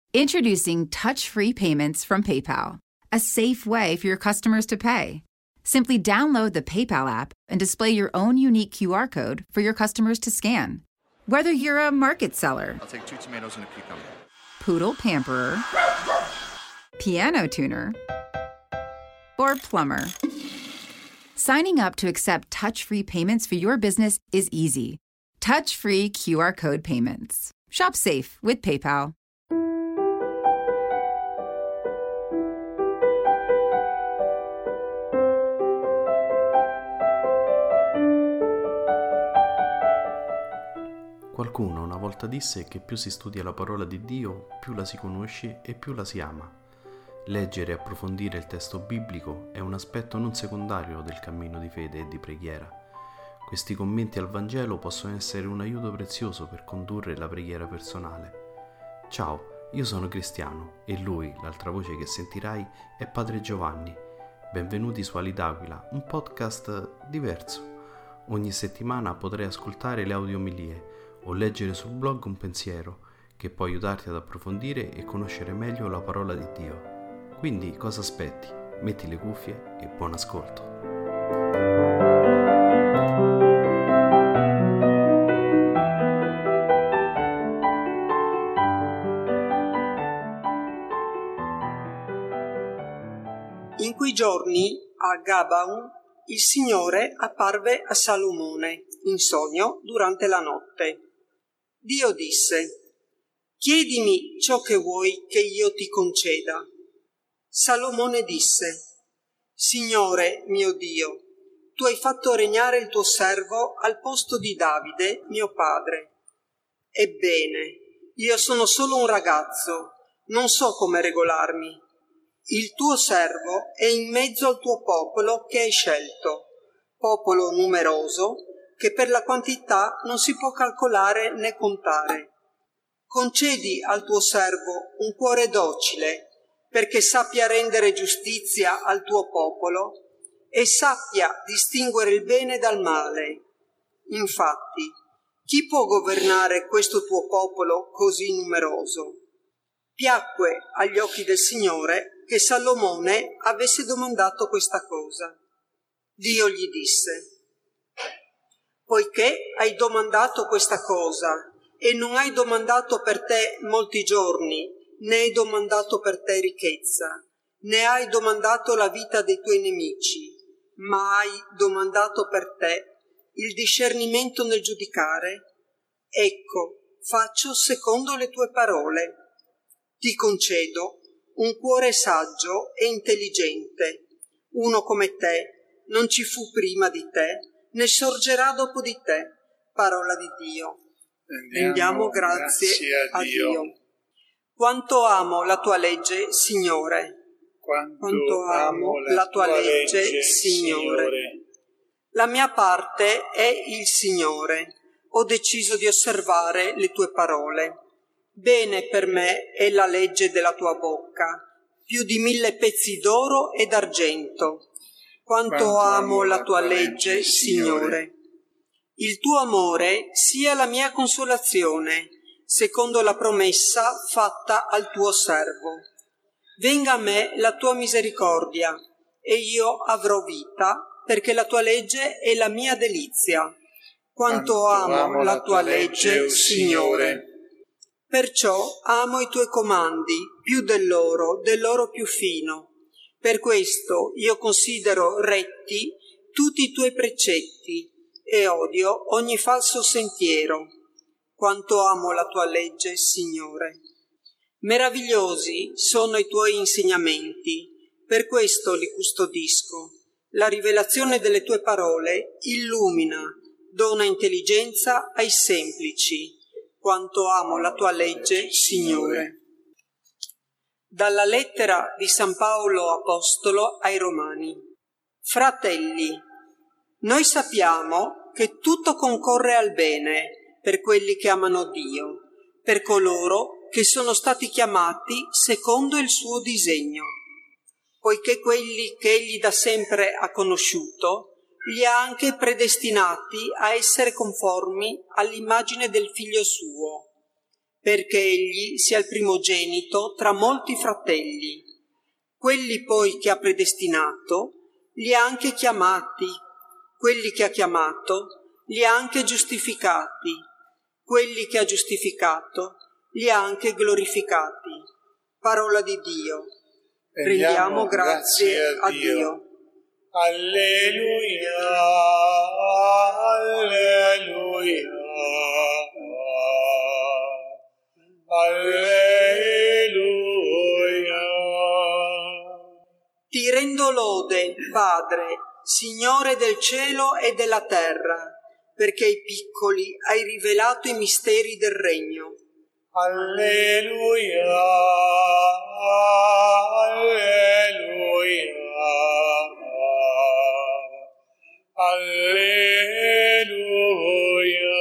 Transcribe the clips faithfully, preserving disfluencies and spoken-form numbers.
Introducing touch-free payments from PayPal, a safe way for your customers to pay. Simply download the PayPal app and display your own unique Q R code for your customers to scan. Whether you're a market seller, I'll take two tomatoes and a cucumber, poodle pamperer, piano tuner, or plumber, signing up to accept touch-free payments for your business is easy. Touch-free Q R code payments. Shop safe with PayPal. Qualcuno una volta disse che più si studia la parola di Dio, più la si conosce e più la si ama. Leggere e approfondire il testo biblico è un aspetto non secondario del cammino di fede e di preghiera. Questi commenti al Vangelo possono essere un aiuto prezioso per condurre la preghiera personale. Ciao, io sono Cristiano e lui, l'altra voce che sentirai, è Padre Giovanni. Benvenuti su Ali d'Aquila, un podcast diverso. Ogni settimana potrai ascoltare le audiomilie o leggere sul blog un pensiero che può aiutarti ad approfondire e conoscere meglio la parola di Dio. Quindi cosa aspetti? Metti le cuffie e buon ascolto. In quei giorni a Gabaon il Signore apparve a Salomone in sogno durante la notte. Dio disse: «Chiedimi ciò che vuoi che io ti conceda». Salomone disse: «Signore mio Dio, tu hai fatto regnare il tuo servo al posto di Davide, mio padre. Ebbene, io sono solo un ragazzo, non so come regolarmi. Il tuo servo è in mezzo al tuo popolo che hai scelto, popolo numeroso che per la quantità non si può calcolare né contare. Concedi al tuo servo un cuore docile, perché sappia rendere giustizia al tuo popolo e sappia distinguere il bene dal male. Infatti, chi può governare questo tuo popolo così numeroso?» Piacque agli occhi del Signore che Salomone avesse domandato questa cosa. Dio gli disse: «Poiché hai domandato questa cosa e non hai domandato per te molti giorni, né hai domandato per te ricchezza, né hai domandato la vita dei tuoi nemici, ma hai domandato per te il discernimento nel giudicare, ecco, faccio secondo le tue parole. Ti concedo un cuore saggio e intelligente. Uno come te non ci fu prima di te, né sorgerà dopo di te». Parola di Dio. Rendiamo grazie, grazie a, a Dio. Dio. Quanto amo la tua legge, Signore. Quanto, Quanto amo la, la tua, tua legge, legge Signore. Signore. La mia parte è il Signore. Ho deciso di osservare le tue parole. Bene per me è la legge della tua bocca, più di mille pezzi d'oro e d'argento. Quanto, Quanto amo la tua legge, legge Signore. Signore. Il tuo amore sia la mia consolazione, secondo la promessa fatta al tuo servo. Venga a me la tua misericordia, e io avrò vita, perché la tua legge è la mia delizia. Quanto, Quanto amo, amo la tua legge, legge Signore. Perciò amo i tuoi comandi più dell'oro, dell'oro più fino. Per questo io considero retti tutti i tuoi precetti e odio ogni falso sentiero. Quanto amo la tua legge, Signore. Meravigliosi sono i tuoi insegnamenti, per questo li custodisco. La rivelazione delle tue parole illumina, dona intelligenza ai semplici. Quanto amo la tua legge, Signore. Dalla lettera di San Paolo Apostolo ai Romani. Fratelli, noi sappiamo che tutto concorre al bene per quelli che amano Dio, per coloro che sono stati chiamati secondo il suo disegno, poiché quelli che egli da sempre ha conosciuto li ha anche predestinati a essere conformi all'immagine del Figlio suo, perché egli sia il primogenito tra molti fratelli. Quelli poi che ha predestinato, li ha anche chiamati. Quelli che ha chiamato, li ha anche giustificati. Quelli che ha giustificato, li ha anche glorificati. Parola di Dio. Rendiamo grazie a Dio. Dio. Alleluia, alleluia, alleluia. Ti rendo lode, Padre, Signore del cielo e della terra, perché ai piccoli hai rivelato i misteri del regno. Alleluia, alleluia, alleluia.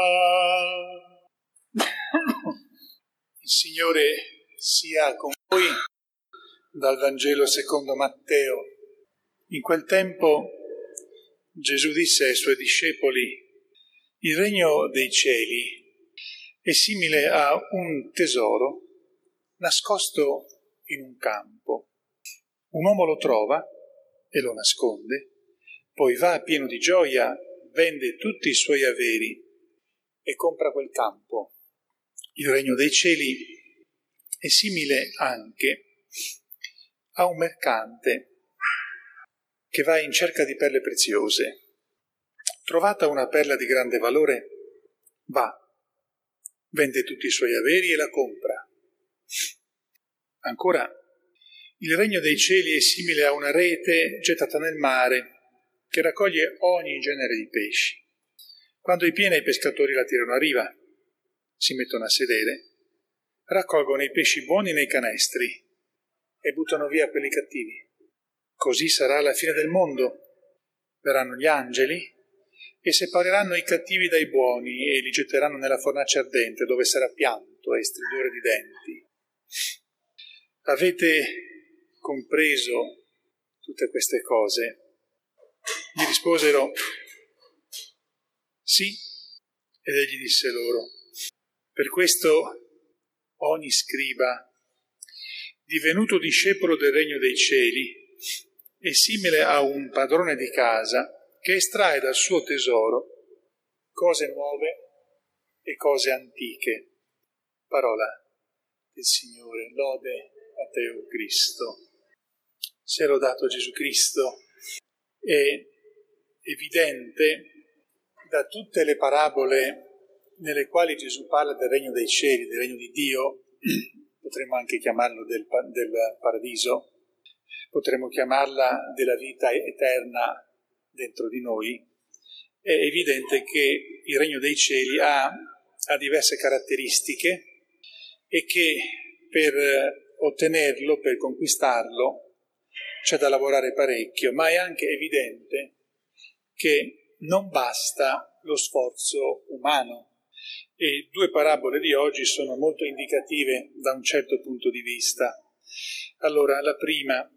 Il Signore sia con voi. Dal Vangelo secondo Matteo. In quel tempo Gesù disse ai suoi discepoli: il regno dei cieli è simile a un tesoro nascosto in un campo. Un uomo lo trova e lo nasconde, poi va pieno di gioia, vende tutti i suoi averi e compra quel campo. Il regno dei cieli è simile anche a un mercante che va in cerca di perle preziose. Trovata una perla di grande valore, va, vende tutti i suoi averi e la compra. Ancora, il regno dei cieli è simile a una rete gettata nel mare che raccoglie ogni genere di pesci. Quando è piena, i pescatori la tirano a riva, si mettono a sedere, raccolgono i pesci buoni nei canestri e buttano via quelli cattivi. Così sarà alla fine del mondo. Verranno gli angeli e separeranno i cattivi dai buoni e li getteranno nella fornace ardente, dove sarà pianto e stridore di denti. Avete compreso tutte queste cose? Gli risposero: sì. Ed egli disse loro: per questo ogni scriba, divenuto discepolo del regno dei cieli, è simile a un padrone di casa che estrae dal suo tesoro cose nuove e cose antiche. Parola del Signore. Lode a te, o Cristo. Sia lodato Gesù Cristo. È evidente da tutte le parabole nelle quali Gesù parla del regno dei cieli, del regno di Dio, potremmo anche chiamarlo del, del paradiso, potremmo chiamarla della vita eterna dentro di noi. È evidente che il regno dei cieli ha, ha diverse caratteristiche e che per ottenerlo, per conquistarlo, c'è da lavorare parecchio, ma è anche evidente che non basta lo sforzo umano. E due parabole di oggi sono molto indicative da un certo punto di vista. Allora, la prima: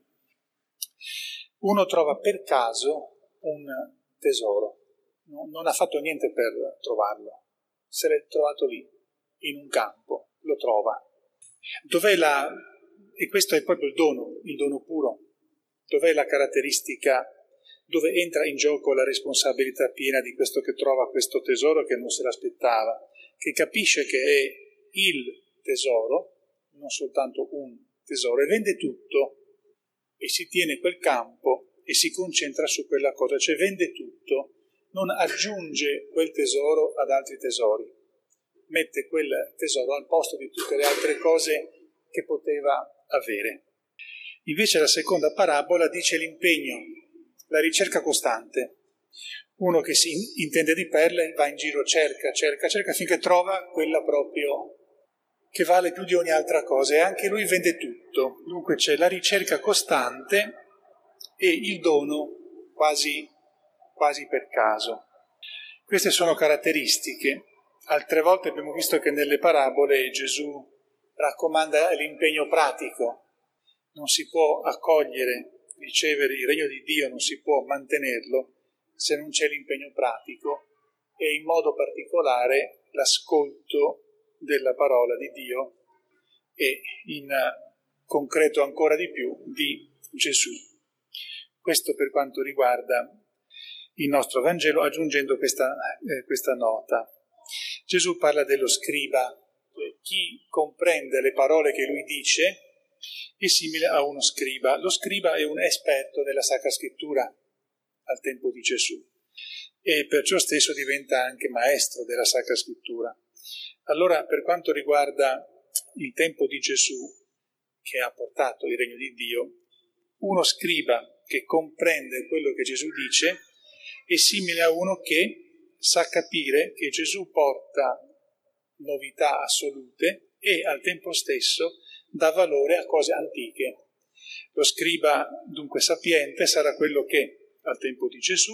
uno trova per caso un tesoro, no, non ha fatto niente per trovarlo, se l'è trovato lì, in un campo, lo trova. Dov'è la... e questo è proprio il dono, il dono puro. Dov'è la caratteristica, dove entra in gioco la responsabilità piena di questo che trova questo tesoro che non se l'aspettava, che capisce che è il tesoro, non soltanto un tesoro, e vende tutto e si tiene quel campo e si concentra su quella cosa, cioè vende tutto, non aggiunge quel tesoro ad altri tesori, mette quel tesoro al posto di tutte le altre cose che poteva avere. Invece la seconda parabola dice l'impegno, la ricerca costante. Uno che si intende di perle va in giro, cerca, cerca, cerca finché trova quella proprio che vale più di ogni altra cosa, e anche lui vende tutto. Dunque c'è la ricerca costante e il dono quasi, quasi per caso. Queste sono caratteristiche. Altre volte abbiamo visto che nelle parabole Gesù raccomanda l'impegno pratico. Non si può accogliere, ricevere il regno di Dio, non si può mantenerlo se non c'è l'impegno pratico, e in modo particolare l'ascolto della parola di Dio e in concreto ancora di più di Gesù. Questo per quanto riguarda il nostro Vangelo, aggiungendo questa, eh, questa nota. Gesù parla dello scriba, cioè chi comprende le parole che lui dice è simile a uno scriba. Lo scriba è un esperto della Sacra Scrittura al tempo di Gesù e perciò stesso diventa anche maestro della Sacra Scrittura. Allora, per quanto riguarda il tempo di Gesù, che ha portato il regno di Dio, uno scriba che comprende quello che Gesù dice è simile a uno che sa capire che Gesù porta novità assolute e al tempo stesso dà valore a cose antiche. Lo scriba, dunque sapiente, sarà quello che al tempo di Gesù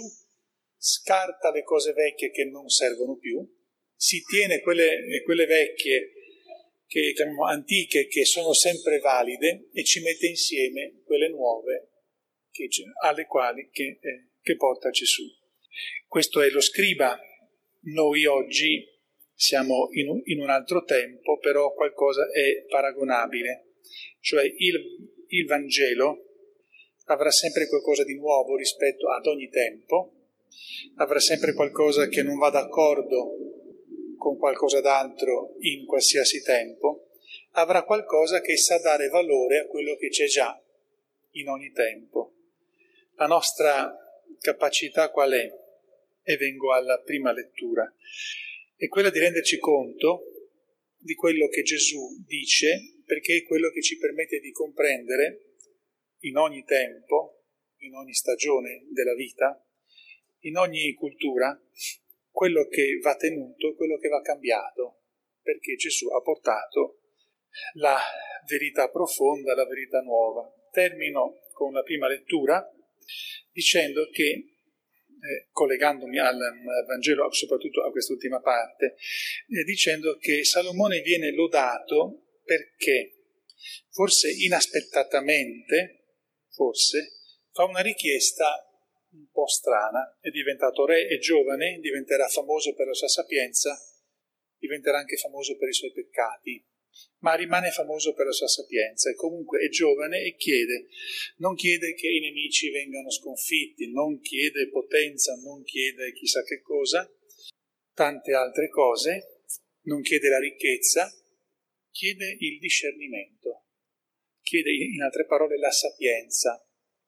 scarta le cose vecchie che non servono più, si tiene quelle, quelle vecchie che chiamiamo antiche, che sono sempre valide, e ci mette insieme quelle nuove che, alle quali che, eh, che porta Gesù. Questo è lo scriba. Noi oggi siamo in un, in un altro tempo, però qualcosa è paragonabile, cioè il, il Vangelo avrà sempre qualcosa di nuovo rispetto ad ogni tempo, avrà sempre qualcosa che non va d'accordo con qualcosa d'altro in qualsiasi tempo, avrà qualcosa che sa dare valore a quello che c'è già in ogni tempo. La nostra capacità qual è? E vengo alla prima lettura. È quella di renderci conto di quello che Gesù dice, perché è quello che ci permette di comprendere in ogni tempo, in ogni stagione della vita, in ogni cultura, quello che va tenuto e quello che va cambiato, perché Gesù ha portato la verità profonda, la verità nuova. Termino con la prima lettura dicendo che, eh, collegandomi al Vangelo, soprattutto a quest'ultima parte, eh, dicendo che Salomone viene lodato perché, forse inaspettatamente, forse, fa una richiesta un po' strana. È diventato re, è giovane, diventerà famoso per la sua sapienza, diventerà anche famoso per i suoi peccati, ma rimane famoso per la sua sapienza, e comunque è giovane e chiede, non chiede che i nemici vengano sconfitti, non chiede potenza, non chiede chissà che cosa, tante altre cose, non chiede la ricchezza, chiede il discernimento, chiede in altre parole la sapienza,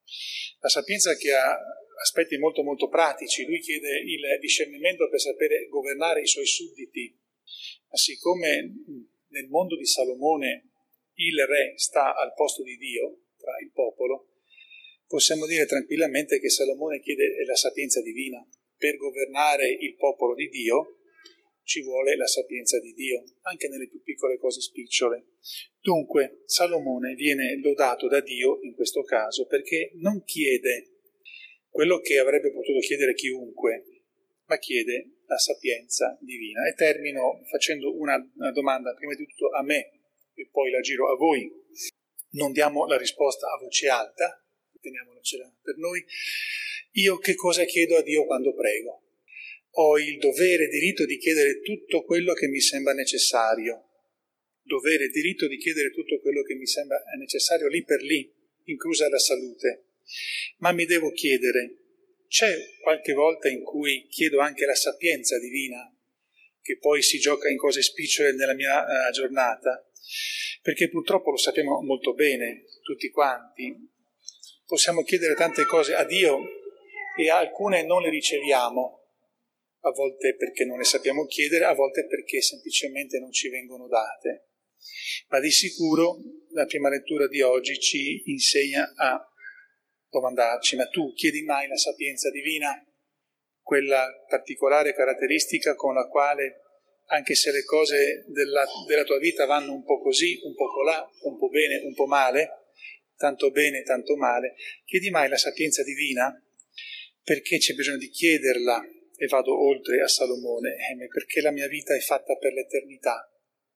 la sapienza che ha aspetti molto molto pratici. Lui chiede il discernimento per sapere governare i suoi sudditi, ma siccome nel mondo di Salomone il re sta al posto di Dio tra il popolo, possiamo dire tranquillamente che Salomone chiede la sapienza divina. Per governare il popolo di Dio ci vuole la sapienza di Dio, anche nelle più piccole cose spicciole. Dunque Salomone viene lodato da Dio in questo caso perché non chiede quello che avrebbe potuto chiedere chiunque, ma chiede la sapienza divina. E termino facendo una, una domanda, prima di tutto a me e poi la giro a voi. Non diamo la risposta a voce alta, teniamolacela per noi. Io che cosa chiedo a Dio quando prego? Ho il dovere e diritto di chiedere tutto quello che mi sembra necessario. Dovere e diritto di chiedere tutto quello che mi sembra necessario lì per lì, inclusa la salute. Ma mi devo chiedere, c'è qualche volta in cui chiedo anche la sapienza divina, che poi si gioca in cose spicciole nella mia uh, giornata? Perché purtroppo lo sappiamo molto bene, tutti quanti. Possiamo chiedere tante cose a Dio e alcune non le riceviamo, a volte perché non le sappiamo chiedere, a volte perché semplicemente non ci vengono date. Ma di sicuro la prima lettura di oggi ci insegna a domandarci, ma tu chiedi mai la sapienza divina? Quella particolare caratteristica con la quale, anche se le cose della, della tua vita vanno un po' così, un po' colà, un po' bene, un po' male, tanto bene, tanto male, chiedi mai la sapienza divina? Perché c'è bisogno di chiederla? E vado oltre a Salomone, eh, perché la mia vita è fatta per l'eternità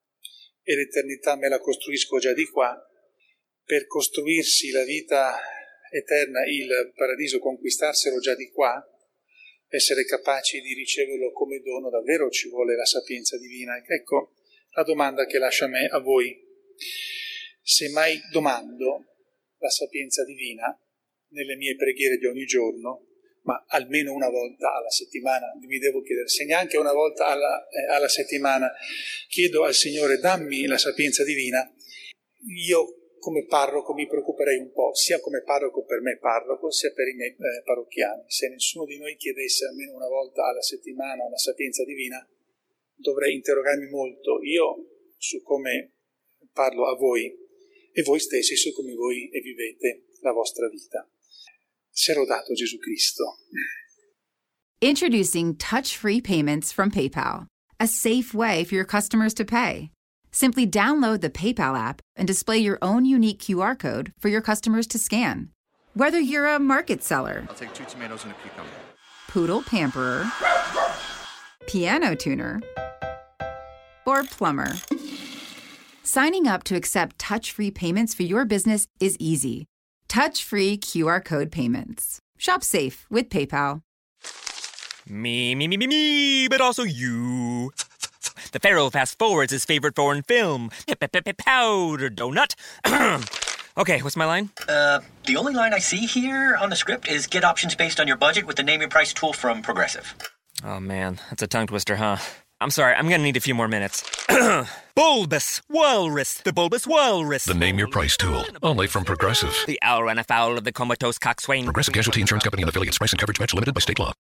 e l'eternità me la costruisco già di qua. Per costruirsi la vita eterna, il paradiso, conquistarselo già di qua, essere capaci di riceverlo come dono, davvero ci vuole la sapienza divina. Ecco, la domanda che lascia a me, a voi. Se mai domando la sapienza divina nelle mie preghiere di ogni giorno, ma almeno una volta alla settimana, mi devo chiedere, se neanche una volta alla, eh, alla settimana chiedo al Signore dammi la sapienza divina, io come parroco mi preoccuperei un po', sia come parroco per me parroco, sia per i miei eh, parrocchiani. Se nessuno di noi chiedesse almeno una volta alla settimana la sapienza divina, dovrei interrogarmi molto io su come parlo a voi e voi stessi su come voi vivete la vostra vita. Sia lodato Gesù Cristo. Introducing touch-free payments from PayPal, a safe way for your customers to pay. Simply download the PayPal app and display your own unique Q R code for your customers to scan. Whether you're a market seller, I'll take two tomatoes and a cucumber. poodle pamperer, piano tuner, or plumber, signing up to accept touch-free payments for your business is easy. Touch-free Q R code payments. Shop safe with PayPal. Me, me, me, me, me, but also you. The Pharaoh fast forwards his favorite foreign film, Powder Donut. Okay, what's my line? Uh, the only line I see here on the script is get options based on your budget with the Name Your Price tool from Progressive. Oh man, that's a tongue twister, huh? I'm sorry, I'm gonna need a few more minutes. Bulbous Walrus, the Bulbous Walrus. The Name Your Price tool, only from Progressive. The owl ran afoul of the comatose coxswain. Progressive Casualty Insurance Company and affiliates. Price and coverage match limited by state law.